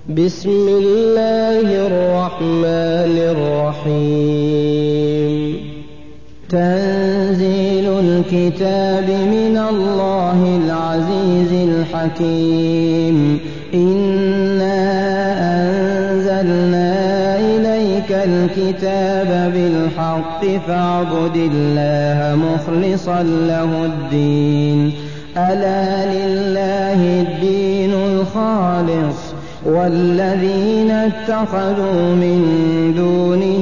بسم الله الرحمن الرحيم. تنزيل الكتاب من الله العزيز الحكيم. إنا أنزلنا إليك الكتاب بالحق فاعبد الله مخلصا له الدين. ألا لله الدين الخالص والذين اتخذوا من دونه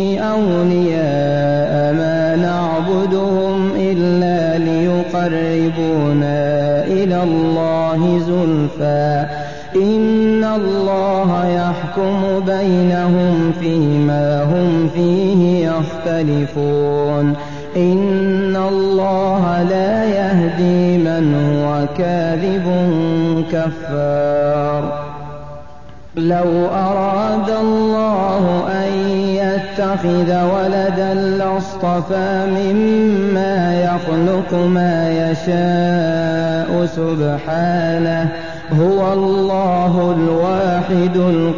أولياء ما نعبدهم إلا ليقربونا إلى الله زلفى إن الله يحكم بينهم فيما هم فيه يختلفون. إن الله لا يهدي من هو كاذب كفار. لو أراد الله أن يتخذ ولدا لاصطفى مما يخلق ما يشاء سبحانه هو الله الواحد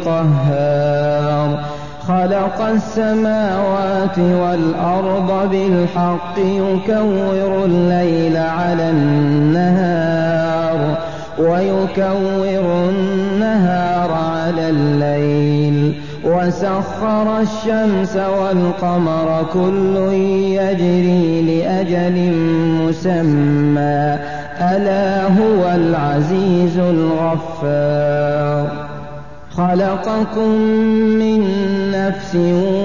القهار. خلق السماوات والأرض بالحق يكور الليل على النهار ويكور النهار على الليل وسخر الشمس والقمر كل يجري لأجل مسمى ألا هو العزيز الغفار. خلقكم من نفس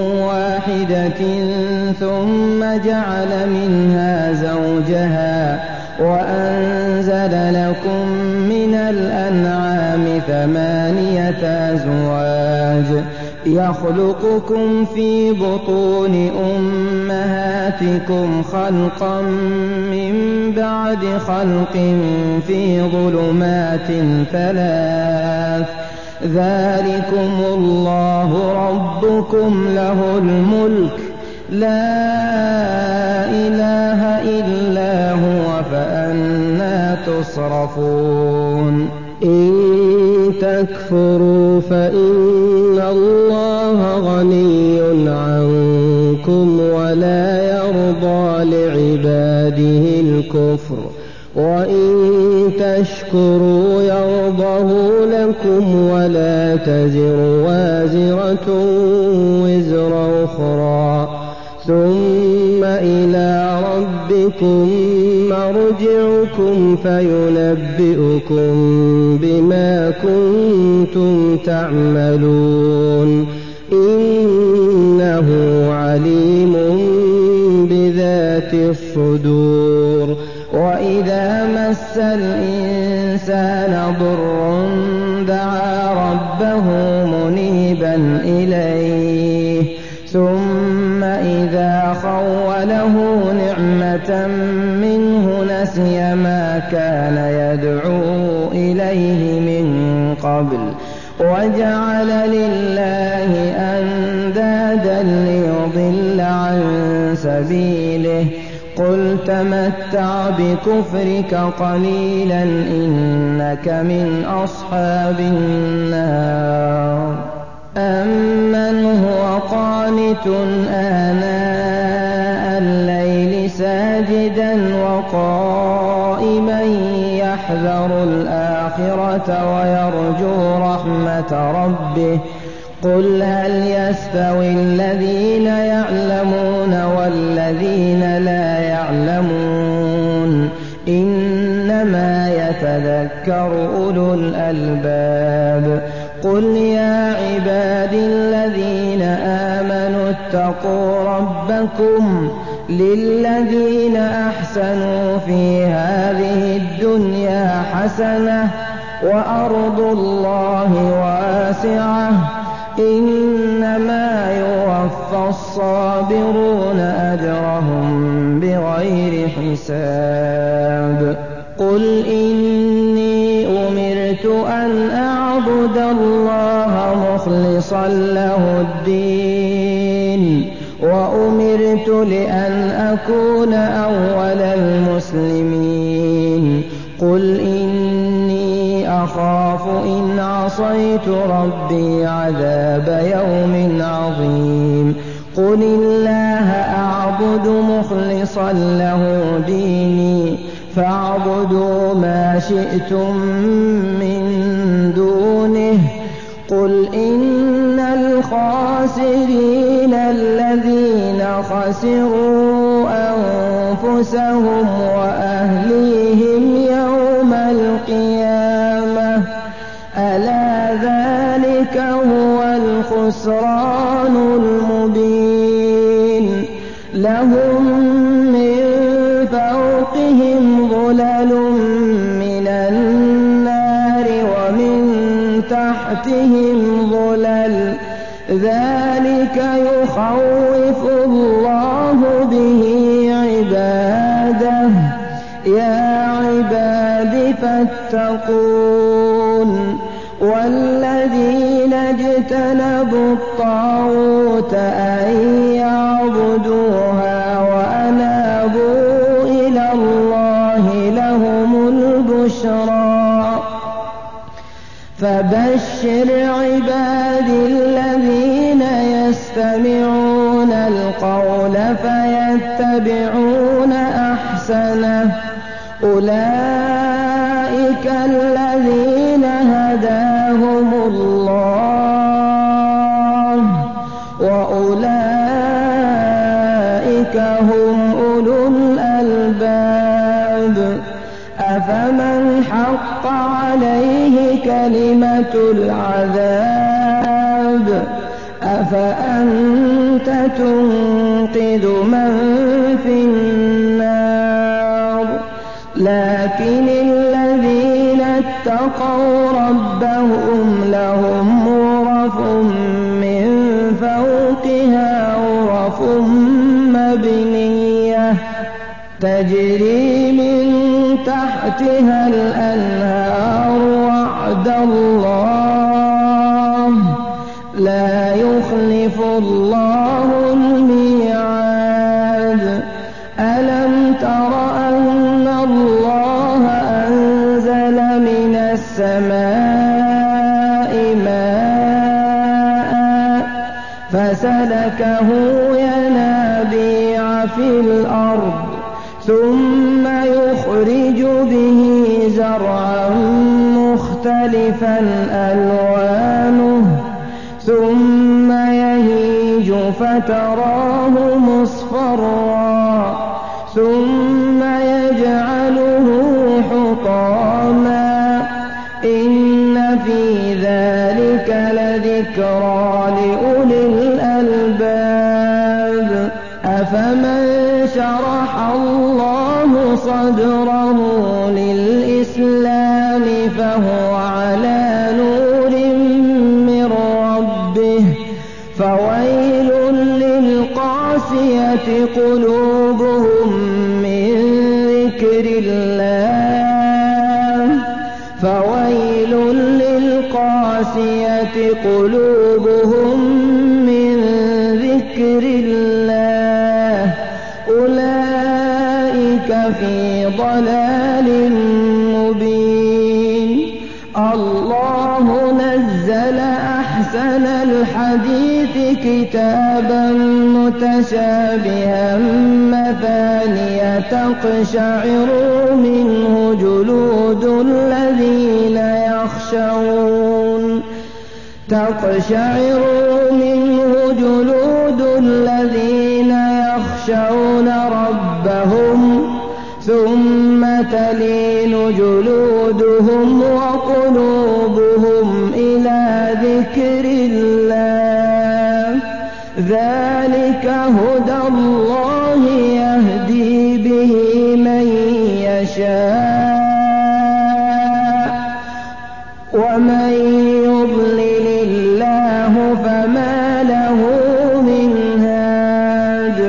واحدة ثم جعل منها زوجها وأنزل لكم من الأنعام 8 أزواج يخلقكم في بطون أمهاتكم خلقا من بعد خلق في ظلمات 3 ذلكم الله ربكم له الملك لا إله إلا هو فأنى تصرفون. إن تكفروا فإن الله غني عنكم ولا يرضى لعباده الكفر وإن تشكروا يرضه لكم ولا تزر وازرة وزر أخرى ثم إلى ربكم مرجعكم فينبئكم بما كنتم تعملون. إنه عليم بذات الصدور. وإذا مس الإنسان ضر دعا ربه منيبا إليه ثم إذا خوله نعمة منه نسي ما كان يدعو إليه من قبل وجعل لله أندادا ليضل عن سبيله. قل تمتع بكفرك قليلا إنك من أصحاب النار. أمن هو قانت آناء الليل ساجدا وقائما يحذر الآخرة ويرجو رحمة ربه قل هل يستوي الذين يعلمون والذين لا يعلمون إنما يتذكر أولو الألباب. قل يا عبادي الذين آمنوا اتقوا ربكم للذين أحسنوا في هذه الدنيا حسنة وأرض الله واسعة إنما يوفى الصابرون أجرهم بغير حساب. قل إني أمرت أن أعبد الله مخلصا له الدين وأمرت لأن أكون أول المسلمين. قل إني أخاف إن عصيت ربي عذاب يوم عظيم قل الله أعبد مخلصا له ديني فاعبدوا ما شئتم من دونه قل إن الخاسرين الذين خسروا أنفسهم وأهليهم يوم القيامة ألا ذلك هو الخسران المبين لهم من فوقهم ظلل من النار ومن تحتهم ظلل ذلك يخوف الله به عباده يا عباد فاتقون والذين اجتنبوا الطاغوت أن يعبدوها وأنابوا إلى الله لهم البشرى فبشر عبادي الذين يستمعون القول فيتبعون أحسنه أولئك الذين هداهم الله وأولئك هم أولو الألباب أفمن حق عليه كلمة العذاب أفأنت تنقذ من في النار لكن الذين اتقوا ربهم لهم غرف من فوقها غرف مبنية تجري من تحتها الأنهار وعد الله لا يخلف الله الميعاد ألم تر أن الله أنزل من السماء ماء فسلكه ينابيع في الأرض ثم يخرج به زرعا مختلفا ألوانه ثم يهيج فتراه مصفرا ثم يجعله حطاما إن في ذلك لذكرى لأولي الألباب أفمن شرح الله صدره للإسلام فهو على نور من ربه فويل للقاسية قلوبهم من ذكر الله فويل للقاسية قلوبهم من ذكر الله أولئك في ضلال مبين الله نزل أحسن الحديث كتابا متشابها مثانية تقشعر منه جلود الذين يخشون ربهم ثم تلين جلودهم وقلوبهم إلى ذكر الله ذلك هدى الله يهدي به من يشاء ومن يضلل الله فما له من هاد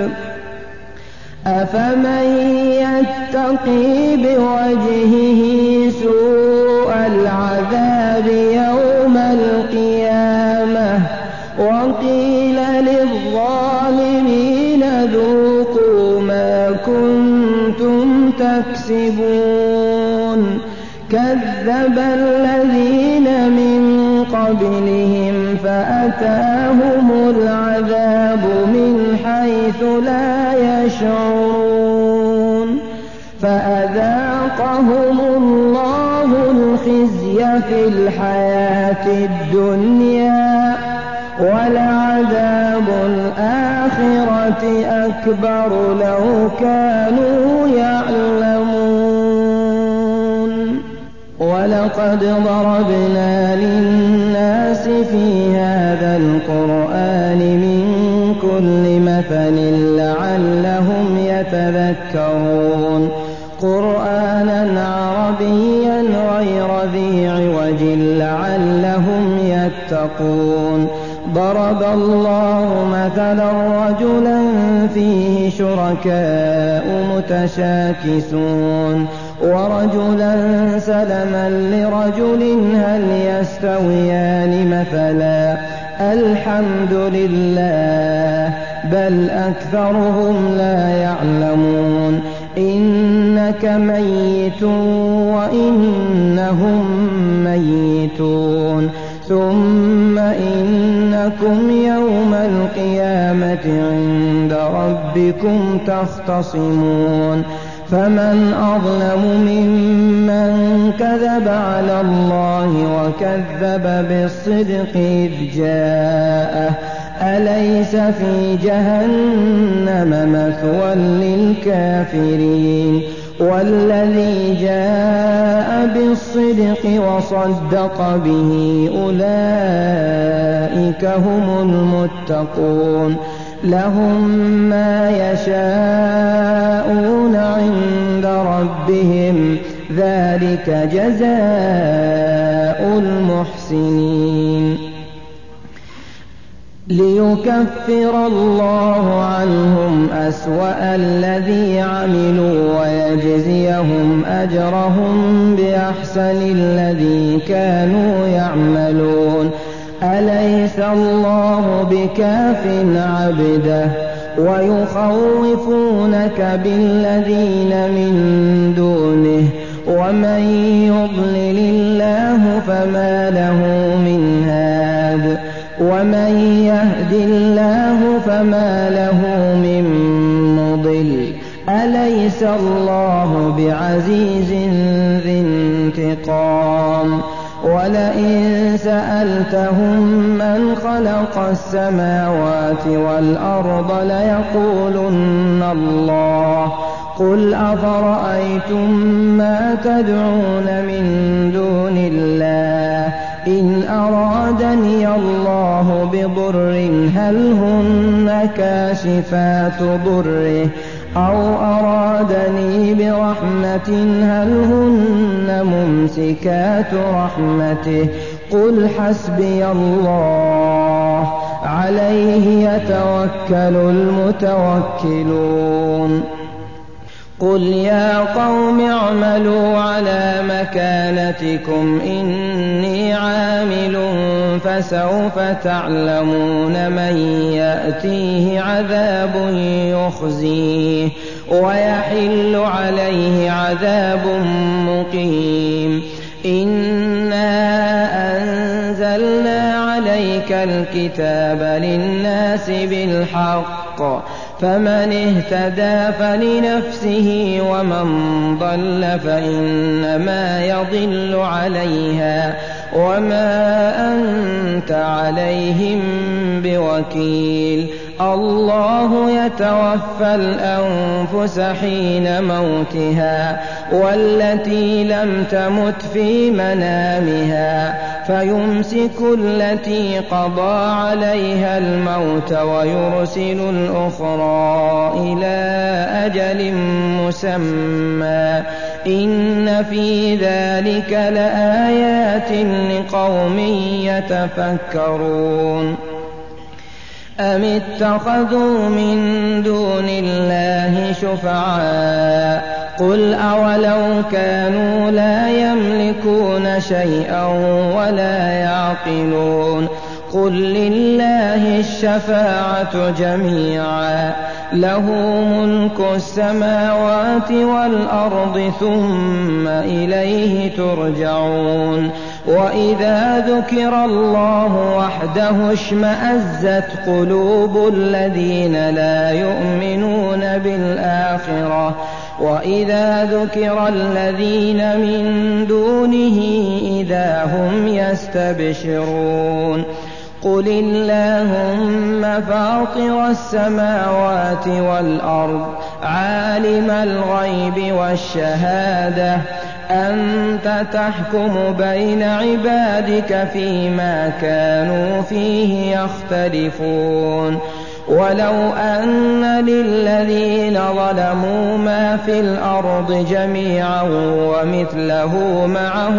أفمن يتقي بوجهه سوء العذاب يوم القيامة وقيل للظالمين ذوقوا ما كنتم تكسبون كذب الذين من قبلهم فأتاهم العذاب من حيث لا يشعرون فأذاقهم الله الخزي في الحياة الدنيا ولعذاب الآخرة أكبر لو كانوا يعلمون ولقد ضربنا للناس في هذا القرآن من كل مثل لعلهم يتذكرون قرآنا عربيا غير ذي عوج لعلهم يتقون ضرب الله مثلا رجلا فيه شركاء متشاكسون ورجلا سلما لرجل هل يستويان مثلا الحمد لله بل أكثرهم لا يعلمون إنك ميت وإنهم ميتون ثم إنكم يوم القيامة عند ربكم تختصمون فمن أظلم ممن كذب على الله وكذب بالصدق إذ جاءه أليس في جهنم مثوى للكافرين والذي جاء بالصدق وصدق به أولئك هم المتقون لهم ما يشاءون عند ربهم ذلك جزاء المحسنين ليكفر الله عنهم أسوأ الذي عملوا ويجزيهم أجرهم بأحسن الذي كانوا يعملون أليس الله بكاف عبده ويخوفونك بالذين من دونه ومن يضلل الله فما له من هاد ومن يهد الله فما له من مضل أليس الله بعزيز ذي انتقام ولئن سألتهم من خلق السماوات والأرض ليقولن الله قل أفرأيتم ما تدعون من دون الله إن أرادني الله بضر هل هن كاشفات ضره أو أرادني برحمة هل هن ممسكات رحمته قل حسبي الله عليه يتوكل المتوكلون قل يا قوم اعملوا على مكانتكم إني عامل فسوف تعلمون من يأتيه عذاب يخزيه ويحل عليه عذاب مقيم إنا أنزلنا عليك الكتاب للناس بالحق فمن اهتدى فلنفسه ومن ضل فإنما يضل عليها وما أنت عليهم بوكيل الله يتوفى الأنفس حين موتها والتي لم تمت في منامها فيمسك التي قضى عليها الموت ويرسل الأخرى إلى أجل مسمى إن في ذلك لآيات لقوم يتفكرون أم اتخذوا من دون الله شفعاء قل أولو كانوا لا يملكون شيئا ولا يعقلون قل لله الشفاعة جميعا له ملك السماوات والأرض ثم إليه ترجعون وإذا ذكر الله وحده اشمأزت قلوب الذين لا يؤمنون بالآخرة وإذا ذكر الذين من دونه إذا هم يستبشرون قل اللهم فاطر السماوات والأرض عالم الغيب والشهادة أنت تحكم بين عبادك فيما كانوا فيه يختلفون ولو أن للذين ظلموا ما في الأرض جميعا ومثله معه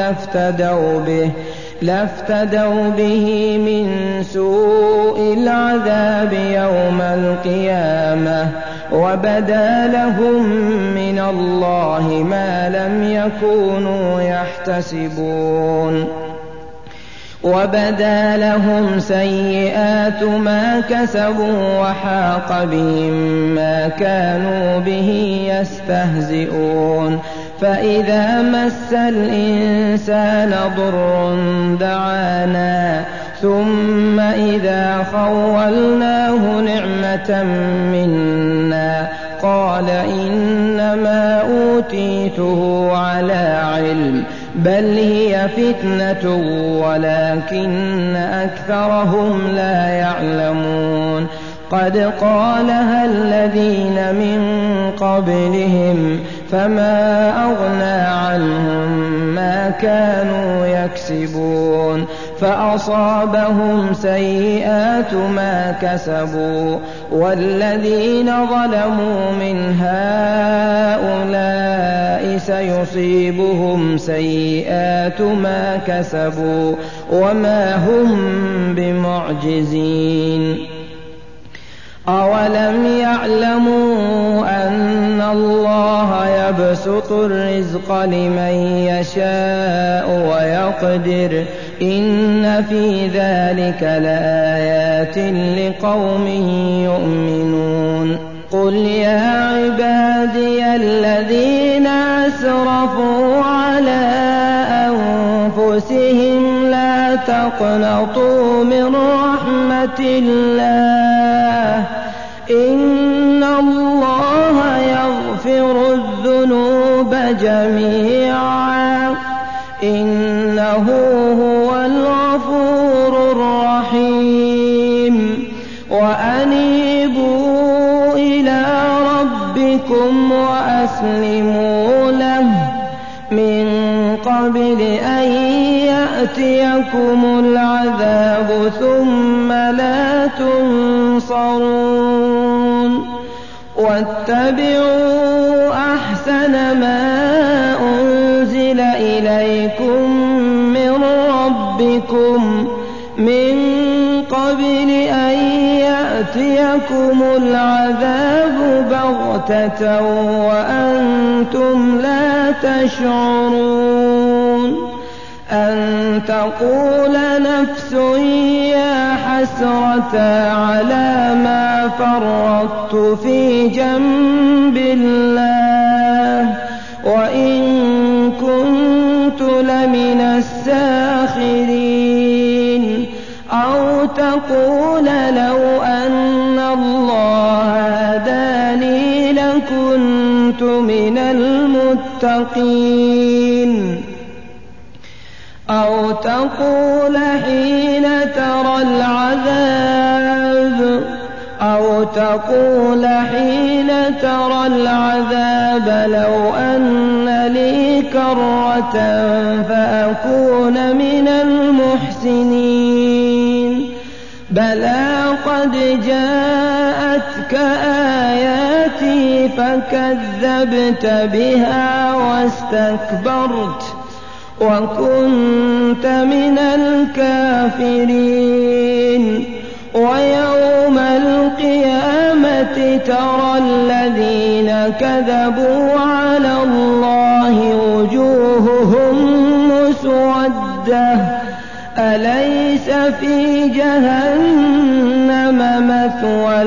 لافتدوا به من سوء العذاب يوم القيامة وبدا لهم من الله ما لم يكونوا يحتسبون وبدا لهم سيئات ما كسبوا وحاق بهم ما كانوا به يستهزئون فإذا مس الإنسان ضر دعانا ثم إذا خولناه نعمة منا قال إنما أوتيته على علم بل هي فتنة ولكن أكثرهم لا يعلمون قد قالها الذين من قبلهم فما أغنى عنهم ما كانوا يكسبون فأصابهم سيئات ما كسبوا والذين ظلموا من هؤلاء سيصيبهم سيئات ما كسبوا وما هم بمعجزين أولم يعلموا أن الله يبسط الرزق لمن يشاء ويقدر إن في ذلك لآيات لقوم يؤمنون قل يا عبادي الذين أسرفوا على أنفسهم لا تقنطوا من رحمة الله إن الله يغفر الذنوب جميعا إنه هو الغفور الرحيم وأنيبوا إلى ربكم وأسلموا له من قبل أن يأتيكم العذاب ثم لا تنصرون واتبعوا أحسن ما أنزل إليكم من ربكم من قبل أن يأتيكم العذاب بغتة وأنتم لا تشعرون أن تقول نفس يا حسرة على ما فرطت في جنب الله وإن كنت لمن الساخرين أو تقول لو أن الله هداني لكنت من المتقين أو تقول حين ترى العذاب لو أن لي كرة فأكون من المحسنين بلى قد جاءتك آياتي فكذبت بها واستكبرت وكنت من الكافرين ويوم القيامة ترى الذين كذبوا على الله وجوههم مسودة أليس في جهنم مثوى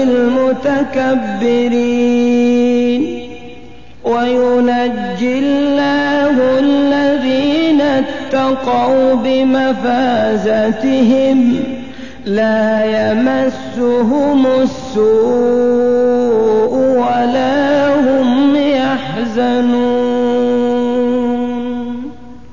للمتكبرين وينجي الله الذين اتقوا بمفازتهم لا يمسهم السوء ولا هم يحزنون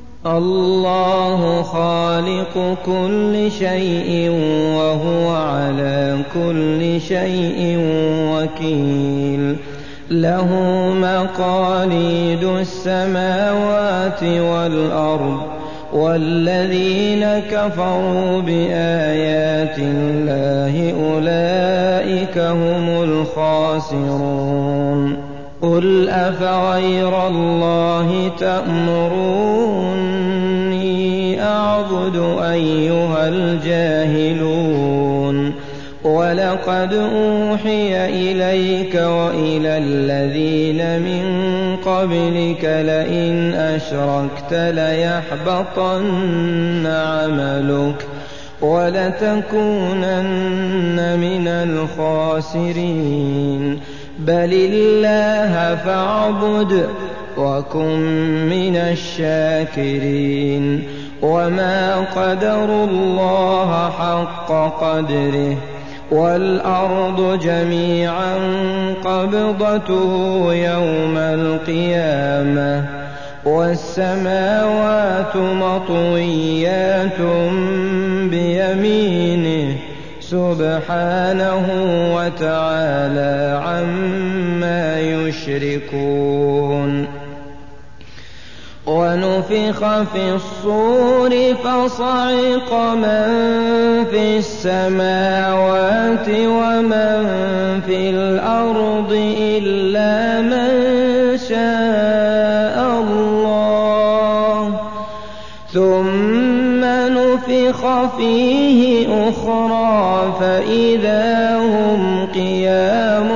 الله خالق كل شيء وهو على كل شيء وكيل له مقاليد السماوات والأرض والذين كفروا بآيات الله أولئك هم الخاسرون قل أفغير الله تأمروني أعبد أيها الجاهلون ولقد أوحي إليك وإلى الذين من قبلك لئن أشركت ليحبطن عملك ولتكونن من الخاسرين بل الله فاعبد وكن من الشاكرين وما قدروا الله حق قدره والأرض جميعا قبضته يوم القيامة والسماوات مطويات بيمينه سبحانه وتعالى عما يشركون ونفخ في الصور فصعق من في السماوات ومن في الأرض إلا من شاء الله ثم نفخ فيه أخرى فإذا هم قيام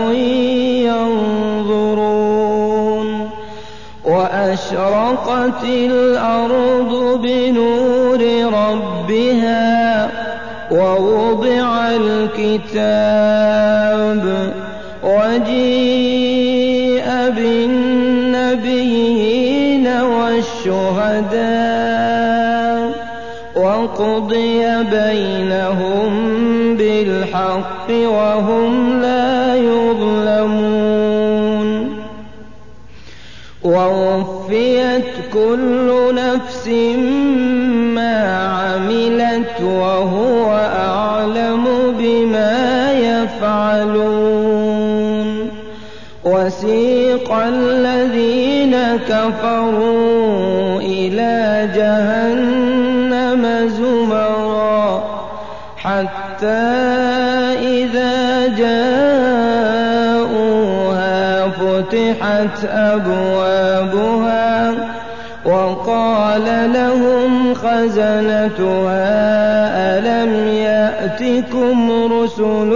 ينظرون وأشرقت الأرض بنور ربها ووضع الكتاب وجيء بالنبيين والشهداء وقضي بينهم بالحق وهم لا يظلمون ووفيت كل نفس ما عملت وهو أعلم بما يفعلون وسيق الذين كفروا إلى جهنم زمرا حتى إذا جاءوها فتحت أبوابها وقال لهم خزنتها ألم يأتكم رسل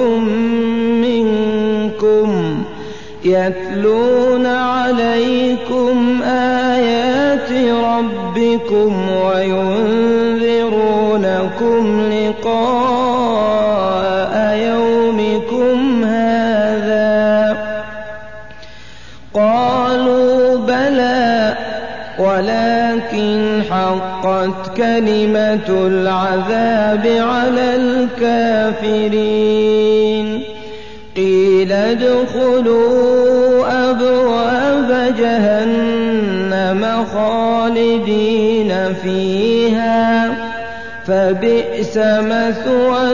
منكم يتلون عليكم آيات ربكم وينذرونكم لقاء يومكم هذا قالوا بلى ولكن حقت كلمة العذاب على الكافرين قيل ادخلوا أبواب جهنم خالدين فيها فبئس مثوى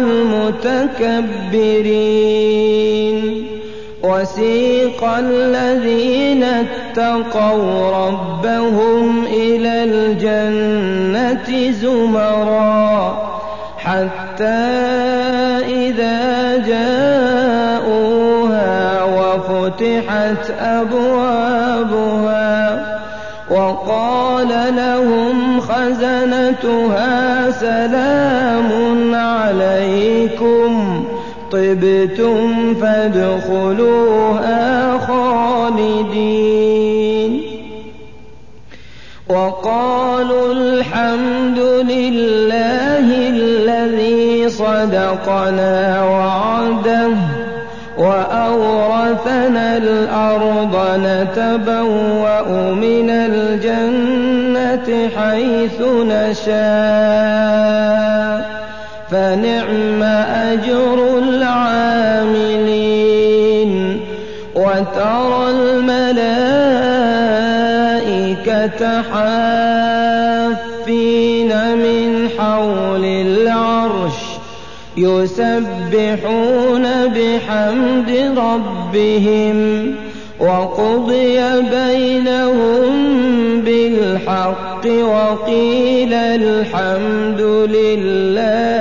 المتكبرين وسيق الذين اتقوا ربهم إلى الجنة زمرا حتى إذا جاءوها وفتحت أبوابها وقال لهم خزنتها سلام عليكم طبتم فادخلوها خالدين وقالوا الحمد لله الذي صدقنا وعده وأورثنا الأرض نتبوأ من الجنة حيث نشاء فنعم أجر العاملين وترى الملائكة حافين من حول العرش يسبحون بحمد ربهم وقضي بينهم بالحق وقيل الحمد لله